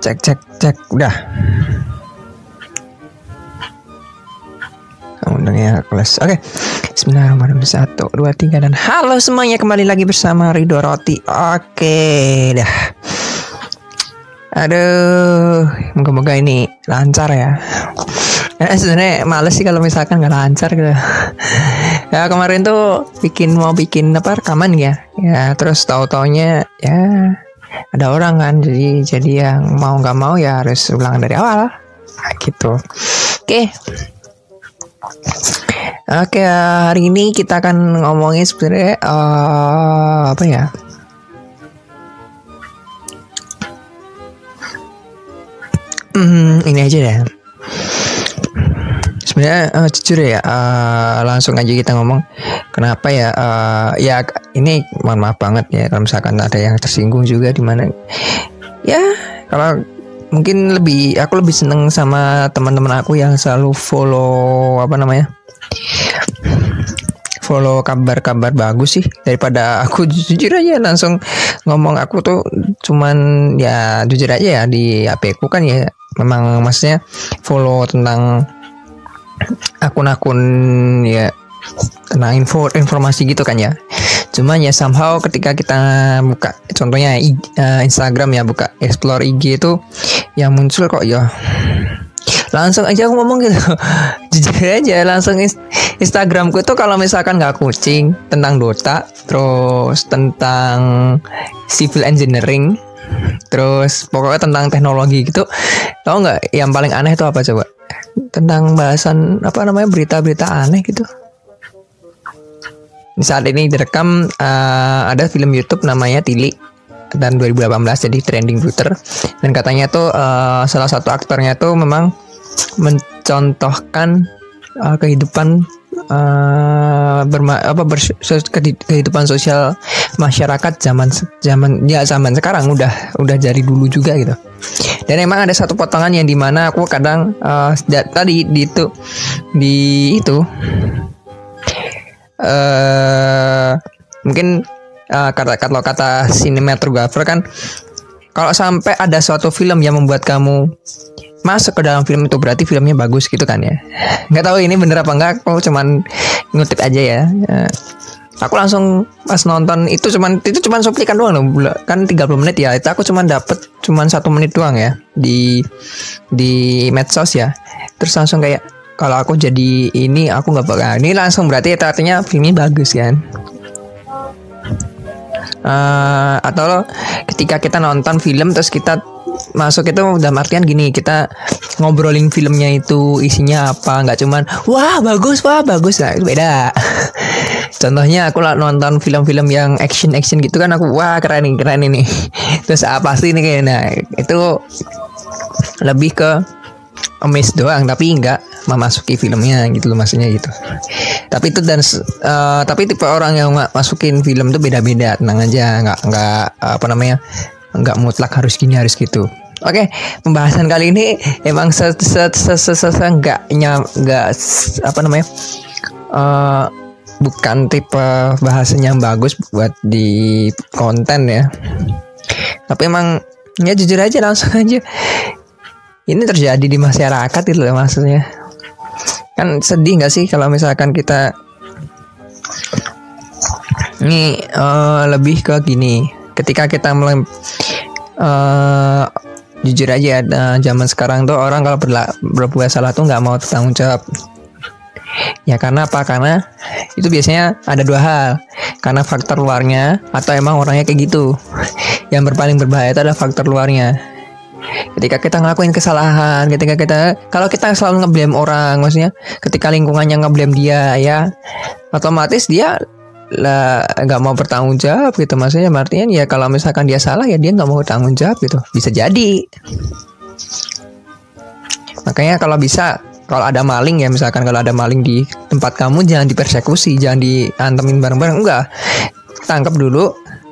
Cek udah. Undangnya kelas. Oke. Bismillahirrahmanirrahim. 1, 2, 3 dan halo semuanya, kembali lagi bersama Ridho Roti. Oke, dah. Aduh, moga-moga ini lancar ya. Sebenarnya males sih kalau misalkan nggak lancar gitu. Ya kemarin tuh mau bikin rekaman ya. Ya terus tahu-taunya ya ada orang kan, jadi yang mau nggak mau ya harus ulang dari awal. Nah, gitu. Oke, hari ini kita akan ngomongin sebenarnya apa ya? Ini aja deh. Sebenarnya jujur ya, langsung aja kita ngomong. Kenapa ya? Ya ini mohon maaf banget ya kalau misalkan ada yang tersinggung juga di mana. Ya kalau mungkin aku lebih seneng sama teman-teman aku yang selalu follow follow kabar-kabar bagus sih, daripada aku jujur aja langsung ngomong. Aku tuh cuman ya jujur aja ya, di HP ku kan ya memang maksudnya follow tentang akun-akun ya tentang informasi gitu kan ya. Cuman ya somehow ketika kita buka contohnya Instagram ya, buka explore IG itu yang muncul kok ya langsung aja aku ngomong gitu. Jujur aja langsung Instagramku itu kalau misalkan nggak kucing, tentang Dota, terus tentang civil engineering, terus pokoknya tentang teknologi gitu. Tahu nggak yang paling aneh itu apa coba? Tentang bahasan berita-berita aneh gitu. Saat ini direkam ada film YouTube namanya Tili dan 2018 jadi trending Twitter, dan katanya tuh salah satu aktornya tuh memang mencontohkan kehidupan kehidupan sosial masyarakat zaman sekarang udah dari dulu juga gitu. Dan emang ada satu potongan yang dimana aku kadang tadi mungkin kalau kata sinematografer kan, kalau sampai ada suatu film yang membuat kamu masuk ke dalam film itu berarti filmnya bagus gitu kan ya. Nggak tahu ini bener apa enggak, aku cuman ngutip aja ya. Aku langsung pas nonton itu cuman cuplikan doang loh, kan 30 menit ya. Itu aku cuman 1 menit doang ya di medsos ya. Terus langsung kayak, kalau aku jadi ini aku nggak bakal ini langsung berarti artinya filmnya bagus kan. Atau ketika kita nonton film terus kita masuk itu udah artian gini, kita ngobrolin filmnya itu isinya apa, nggak cuman wah bagus nah itu beda. Contohnya aku nonton film-film yang action gitu kan, aku wah keren ini terus apa sih ini kayak, nah itu lebih ke amaze doang tapi nggak memasuki filmnya gitu loh, maksudnya gitu. Tapi itu tapi tipe orang yang masukin film tuh beda-beda, tenang aja, nggak mutlak harus gini harus gitu. Oke, pembahasan kali ini emang bukan tipe bahasan yang bagus buat di konten ya. Tapi emang ya jujur aja langsung aja ini terjadi di masyarakat itu loh, maksudnya. Kan sedih nggak sih kalau misalkan kita ini lebih ke gini, ketika kita jujur aja zaman sekarang tuh orang kalau berbuat salah tuh nggak mau bertanggung jawab. Ya karena apa? Karena itu biasanya ada 2 hal, karena faktor luarnya atau emang orangnya kayak gitu. Yang paling berbahaya itu adalah faktor luarnya. Ketika kita ngelakuin kesalahan, kalau kita selalu ngeblame orang, maksudnya ketika lingkungannya ngeblame dia ya, otomatis dia lah nggak mau bertanggung jawab gitu. Maksudnya artinya ya kalau misalkan dia salah ya dia nggak mau bertanggung jawab gitu, bisa jadi. Makanya kalau ada maling ya, misalkan kalau ada maling di tempat kamu, jangan dipersekusi, jangan diantemin bareng-bareng, enggak, tangkap dulu,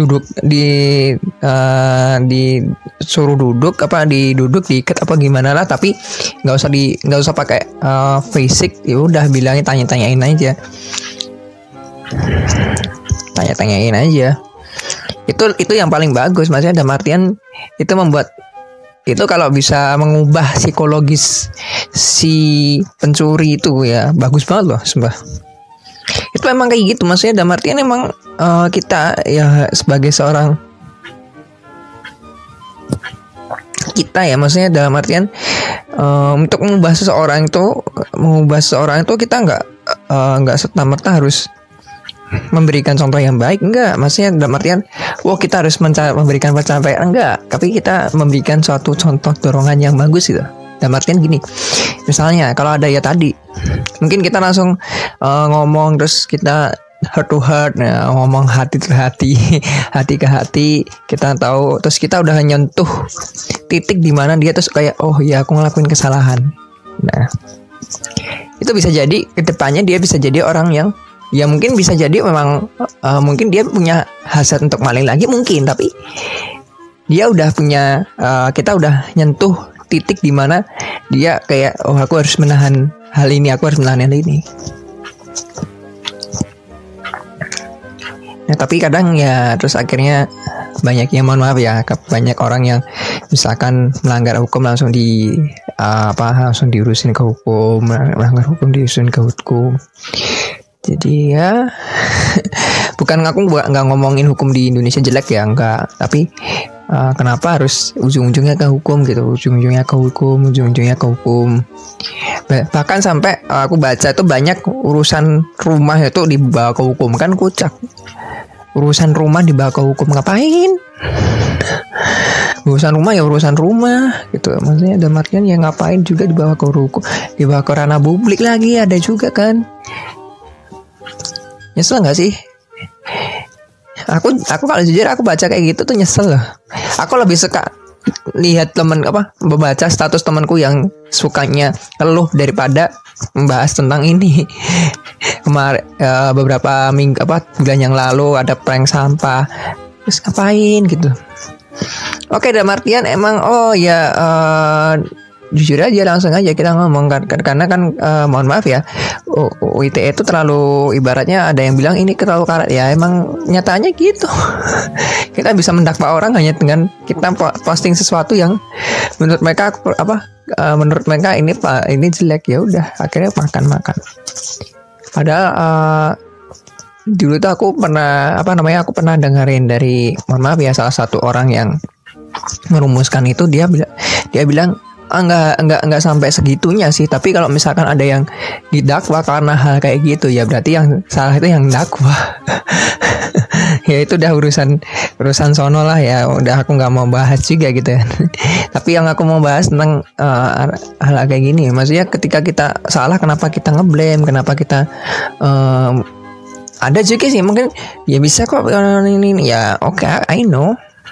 disuruh duduk diikat apa gimana lah, tapi nggak usah pakai fisik, ya udah bilangnya tanyain aja. Itu yang paling bagus, maksudnya dalam artian itu membuat itu kalau bisa mengubah psikologis si pencuri itu ya bagus banget loh sumpah. Itu emang kayak gitu, maksudnya dalam artian emang kita ya sebagai seorang kita ya, maksudnya dalam artian untuk mengubah seseorang itu kita nggak serta-merta harus memberikan contoh yang baik, enggak, maksudnya dalam artian kita harus memberikan pencapaian, enggak, tapi kita memberikan suatu contoh dorongan yang bagus gitu. Dalam artian gini, misalnya kalau ada ya tadi mungkin kita langsung ngomong terus kita heart to heart, nah, ngomong hati ke hati hati ke hati, kita tahu terus kita udah nyentuh titik di mana dia terus kayak oh ya aku ngelakuin kesalahan. Nah itu bisa jadi kedepannya dia bisa jadi orang yang ya mungkin bisa jadi memang mungkin dia punya hasrat untuk maling lagi mungkin, tapi dia udah punya kita udah nyentuh titik di mana dia kayak oh aku harus menahan hal ini, aku harus menahan hal ini. Nah tapi kadang ya terus akhirnya banyak yang mohon maaf ya, banyak orang yang misalkan melanggar hukum langsung langsung diurusin ke hukum, melanggar hukum diurusin ke hukum. Jadi ya bukan aku nggak ngomongin hukum di Indonesia jelek ya, enggak, tapi kenapa harus ujung-ujungnya ke hukum gitu, ujung-ujungnya ke hukum. Bahkan sampai aku baca itu banyak urusan rumah itu dibawa ke hukum, kan kocak. Urusan rumah dibawa ke hukum ngapain? Urusan rumah ya urusan rumah gitu, maksudnya dalam artian ya ngapain juga dibawa ke hukum, dibawa ke ranah publik lagi ada juga kan. Nyesel gak sih? Aku kalau jujur aku baca kayak gitu tuh nyesel loh. Aku lebih suka lihat membaca status temanku yang sukanya keluh daripada membahas tentang ini. Kemarin beberapa bulan yang lalu ada prank sampah. Terus ngapain gitu? Oke, dalam artian emang jujur aja langsung aja kita ngomong karena kan mohon maaf ya, UITE itu terlalu ibaratnya ada yang bilang ini terlalu karat ya, emang nyatanya gitu. Kita bisa mendakwa orang hanya dengan kita posting sesuatu yang menurut mereka menurut mereka ini jelek, ya udah akhirnya makan. Padahal dulu tuh aku pernah dengerin dari mohon maaf ya salah satu orang yang merumuskan itu, dia bilang enggak sampai segitunya sih, tapi kalau misalkan ada yang didakwa karena hal kayak gitu ya berarti yang salah itu yang dakwa. Ya itu udah urusan sono lah ya, udah aku nggak mau bahas juga gitu ya. Tapi yang aku mau bahas tentang hal kayak gini, maksudnya ketika kita salah kenapa kita ngeblame, kenapa kita ada juga sih mungkin ya bisa kok ini ya oke, I know.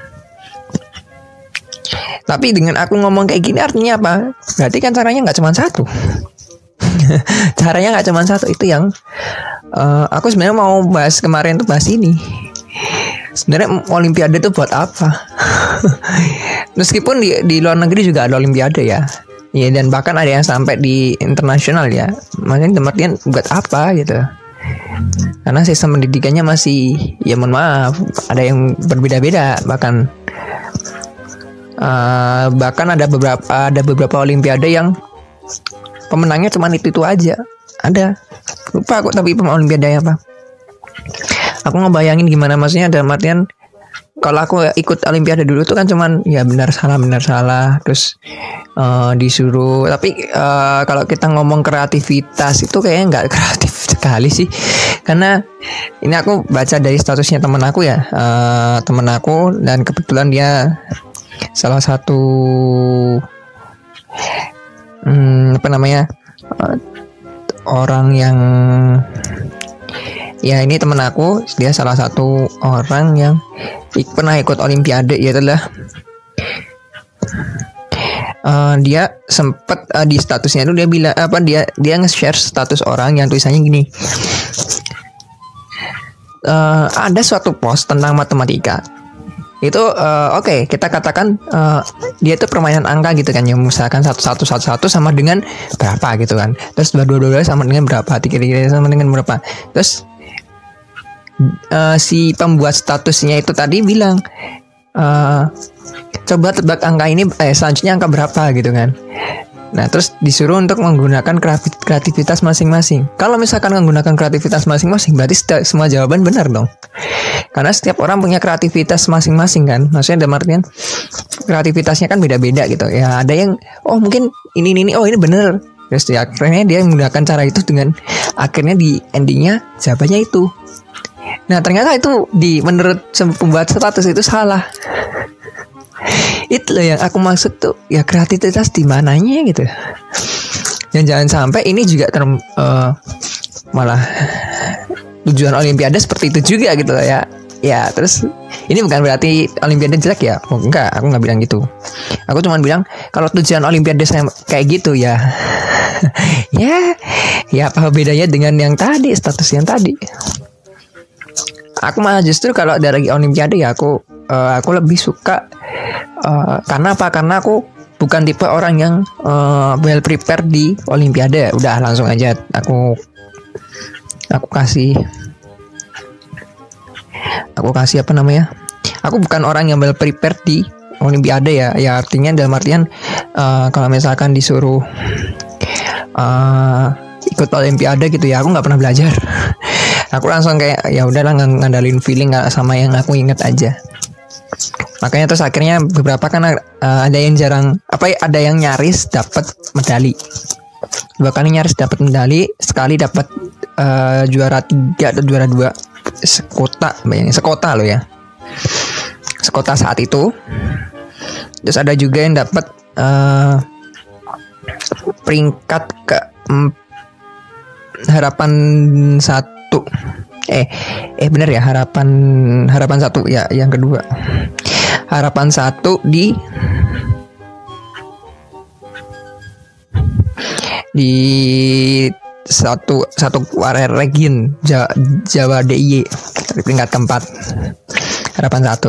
Tapi dengan aku ngomong kayak gini artinya apa? Berarti kan caranya nggak cuma satu. Caranya nggak cuma satu, itu yang aku sebenarnya mau bahas kemarin tuh, bahas ini. Sebenarnya Olimpiade itu buat apa? Meskipun di luar negeri juga ada Olimpiade ya. Ya dan bahkan ada yang sampai di internasional ya. Makanya artian buat apa gitu? Karena sistem pendidikannya masih ya mohon maaf ada yang berbeda-beda, bahkan ada beberapa Olimpiade yang pemenangnya cuma itu aja. Ada, lupa aku tapi Olimpiade apa. Aku ngebayangin gimana, maksudnya dalam artian kalau aku ikut Olimpiade dulu tuh kan cuman ya benar salah terus disuruh. Tapi kalau kita ngomong kreativitas itu kayaknya nggak kreatif sekali sih, karena ini aku baca dari statusnya temen aku ya, temen aku, dan kebetulan dia salah satu orang yang ya ini temen aku, dia salah satu orang yang pernah ikut Olimpiade, ya itulah dia sempet di statusnya itu dia bilang dia nge-share status orang yang tulisannya gini, ada suatu post tentang matematika itu oke, kita katakan dia itu permainan angka gitu kan, yang misalkan 1 sama dengan berapa gitu kan, terus 2 sama dengan berapa, 3 sama dengan berapa, terus si pembuat statusnya itu tadi bilang coba tebak angka ini selanjutnya angka berapa gitu kan. Nah terus disuruh untuk menggunakan kreativitas masing-masing. Kalau misalkan menggunakan kreativitas masing-masing, berarti semua jawaban benar dong. Karena setiap orang punya kreativitas masing-masing kan. Maksudnya dalam artian kreativitasnya kan beda-beda gitu. Ya ada yang mungkin ini oh ini bener. Terus akhirnya dia menggunakan cara itu dengan akhirnya di endingnya jawabannya itu. Nah ternyata itu menurut pembuat status itu salah. Itu loh yang aku maksud tuh, ya kreativitas di mananya gitu. Dan jangan sampai ini juga malah tujuan Olimpiade seperti itu juga gitu loh ya. Ya terus ini bukan berarti Olimpiade jelek ya. Enggak, aku nggak bilang gitu. Aku cuma bilang kalau tujuan Olimpiade saya kayak gitu ya. ya apa bedanya dengan yang tadi, status yang tadi. Aku malah justru kalau dari Olimpiade ya aku lebih suka karena apa? Karena aku bukan tipe orang yang well prepared di Olimpiade. Udah langsung aja aku kasih apa namanya? Aku bukan orang yang well prepared di Olimpiade ya. Ya artinya dalam artian kalau misalkan disuruh ikut Olimpiade gitu ya, aku nggak pernah belajar. Aku langsung kayak ya udahlah ngandalin feeling sama yang aku inget aja. Makanya terus akhirnya beberapa kan ada yang ada yang nyaris dapat medali. 2 kali nyaris dapat medali, sekali dapat juara 3 atau juara 2 sekota, bayangin sekota loh ya. Sekota saat itu. Terus ada juga yang dapat peringkat ke harapan 1. Bener ya, harapan 1 ya, yang kedua. Harapan 1 di satu region Jawa DIY di peringkat keempat, harapan 1.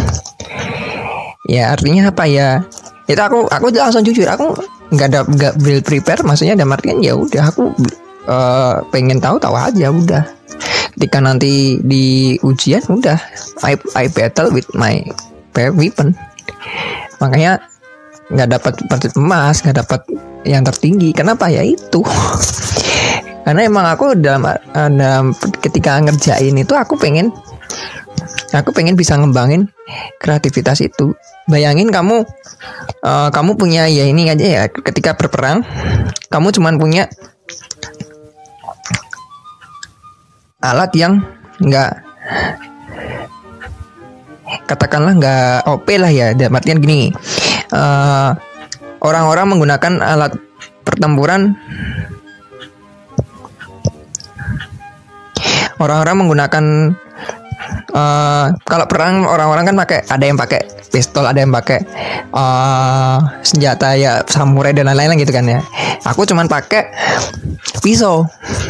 Ya artinya apa ya? Itu aku langsung jujur, aku nggak well prepare, maksudnya dalam artian ya udah aku pengen tahu aja udah. Ketika nanti di ujian udah I battle with my weapon. Makanya nggak dapat emas, nggak dapat yang tertinggi. Kenapa ya itu? Karena emang aku dalam ketika ngerjain itu aku pengen bisa ngembangin kreativitas itu. Bayangin kamu punya ya ini aja ya, ketika berperang kamu cuman punya alat yang katakanlah nggak OP lah ya. Dalam artian gini, orang-orang menggunakan alat pertempuran, orang-orang menggunakan kalau perang orang-orang kan ada yang pakai pistol, ada yang pakai senjata ya samurai dan lain-lain gitu kan ya. Aku cuman pakai pisau.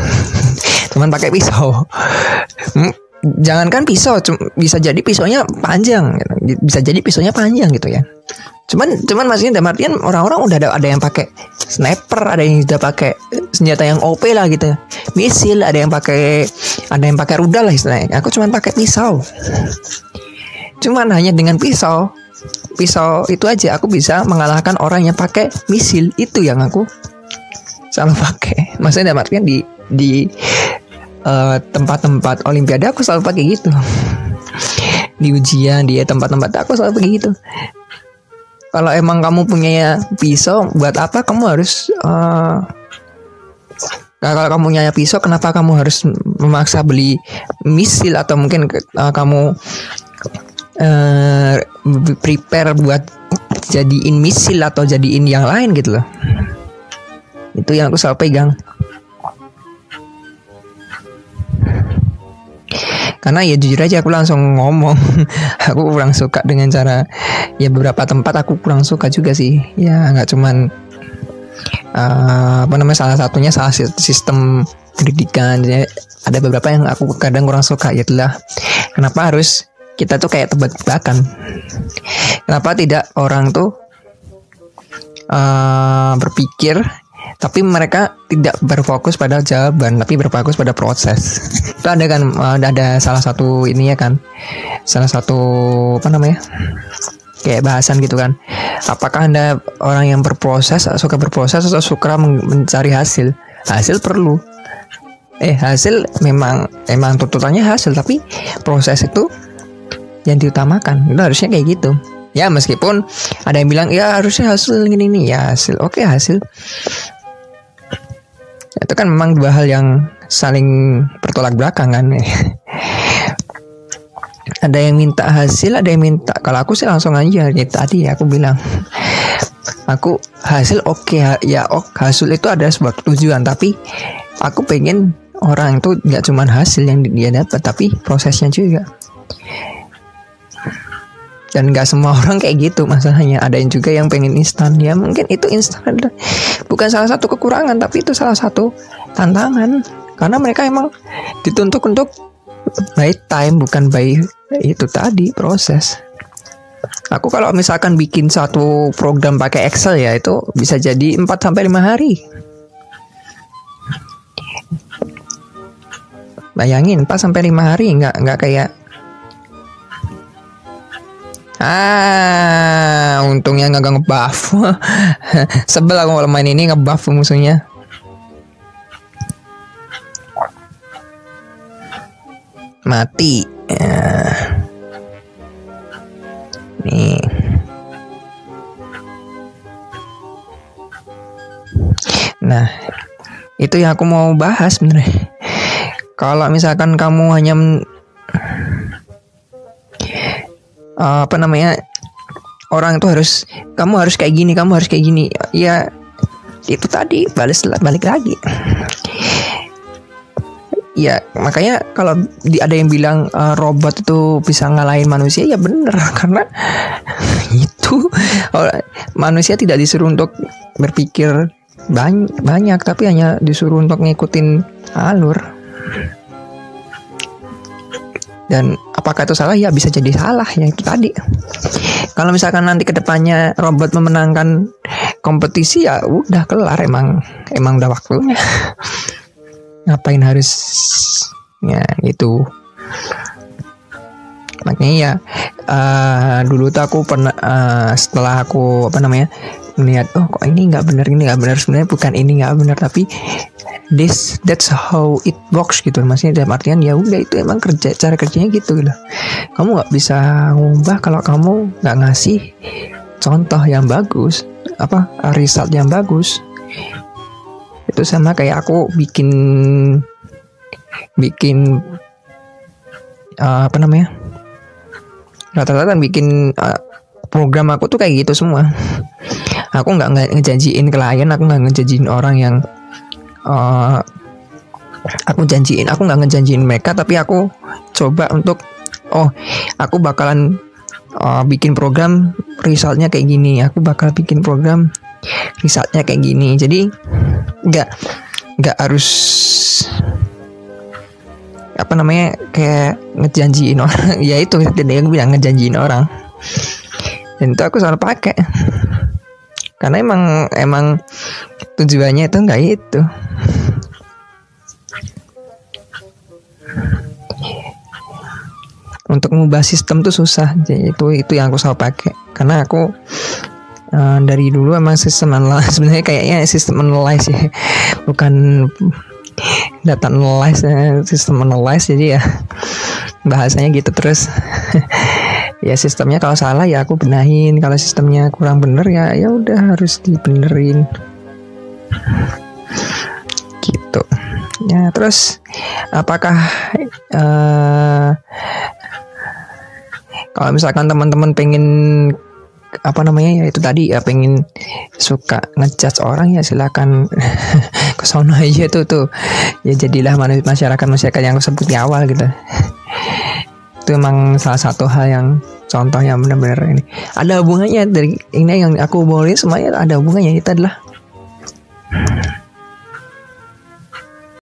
Jangankan pisau, bisa jadi pisaunya panjang gitu ya. Cuman maksudnya dalam artian orang-orang udah ada yang pakai sniper, ada yang udah pakai senjata yang OP lah gitu, misil, ada yang pakai rudal lah istilahnya. Aku cuman pakai pisau. Cuman hanya dengan pisau itu aja aku bisa mengalahkan orang yang pakai misil. Itu yang aku selalu pakai. Maksudnya dalam artian di tempat-tempat Olimpiade aku selalu pakai gitu. Di ujian, di tempat-tempat aku selalu pakai gitu. Kalau emang kamu punya pisau, buat apa kamu harus kalau kamu punya pisau, kenapa kamu harus memaksa beli misil, atau mungkin kamu prepare buat jadiin misil atau jadiin yang lain gitu loh. Itu yang aku selalu pegang. Karena ya jujur aja aku langsung ngomong aku kurang suka dengan cara, ya beberapa tempat aku kurang suka juga sih. Ya nggak cuman salah satunya salah sistem pendidikan. Jadi ada beberapa yang aku kadang kurang suka, yaitulah kenapa harus kita tuh kayak tebak-tebakan. Kenapa tidak orang tuh berpikir tapi mereka tidak berfokus pada jawaban, tapi berfokus pada proses. Itu ada kan, ada salah satu ini ya kan, salah satu apa namanya, kayak bahasan gitu kan. Apakah Anda orang yang suka berproses atau suka mencari hasil? Hasil perlu. Hasil memang tuntutannya hasil, tapi proses itu yang diutamakan. Itu harusnya kayak gitu. Ya meskipun ada yang bilang ya harusnya hasil gini ya hasil. Oke, hasil. Itu kan memang dua hal yang saling bertolak belakang kan. Ada yang minta hasil, ada yang minta. Kalau aku sih langsung aja gitu tadi aku bilang. Aku hasil hasil itu ada sebuah tujuan, tapi aku pengen orang itu nggak cuma hasil yang dia dapat, tapi prosesnya juga. Dan nggak semua orang kayak gitu masalahnya. Ada yang juga yang pengen instan. Ya mungkin itu instan adalah bukan salah satu kekurangan, tapi itu salah satu tantangan. Karena mereka emang dituntut untuk by time, bukan by itu tadi proses. Aku kalau misalkan bikin satu program pakai Excel ya itu bisa jadi 4-5 hari. Bayangin 4-5 hari, nggak kayak untungnya nggak ngebuff. Sebel aku kalau main ini ngebuff musuhnya. Mati. Nih. Nah, itu yang aku mau bahas sebenarnya. Kalau misalkan kamu hanya orang itu kamu harus kayak gini, ya itu tadi balik lagi. Ya makanya kalau ada yang bilang robot itu bisa ngalahin manusia, ya bener. Karena itu manusia tidak disuruh untuk berpikir banyak, tapi hanya disuruh untuk ngikutin alur. Dan apakah itu salah? Ya bisa jadi salah, ya itu tadi. Kalau misalkan nanti kedepannya robot memenangkan kompetisi, ya udah kelar, emang udah waktunya. Ngapain harus ya gitu. Makanya ya dulu tuh aku pernah setelah aku melihat kok ini nggak benar, sebenarnya bukan ini nggak benar, tapi that's how it works gitu. Maksudnya dalam artian ya udah itu emang cara kerjanya gitu loh. Kamu nggak bisa ngubah kalau kamu nggak ngasih contoh yang bagus, result yang bagus. Itu sama kayak aku bikin rata-rata bikin program aku tuh kayak gitu semua. Aku nggak ngejanjiin klien, aku nggak ngejanjiin orang yang aku nggak ngejanjiin mereka, tapi aku coba untuk aku bakalan bikin program resultnya kayak gini, aku bakal bikin program resultnya kayak gini. Jadi nggak harus kayak ngejanjiin orang. Ya itu tadi yang bilang ngejanjiin orang, dan itu aku selalu pakai karena emang tujuannya itu nggak itu. Untuk mengubah sistem tuh susah. Jadi itu yang aku selalu pakai karena aku dari dulu emang sistem analyze, sebenarnya kayaknya sistem analyze ya, bukan data analyze, sistem analyze. Jadi ya bahasanya gitu terus. Ya sistemnya kalau salah ya aku benahin, kalau sistemnya kurang bener ya udah harus dibenerin gitu. Ya terus apakah kalau misalkan teman-teman pengen ya itu tadi ya, pengen suka ngejudge orang, ya silakan kesono aja tuh. Ya jadilah masyarakat yang aku sebut di awal gitu. Itu emang salah satu hal yang contoh yang benar-benar ini ada hubungannya dari ini yang aku bawain, semuanya ada hubungannya. Itu adalah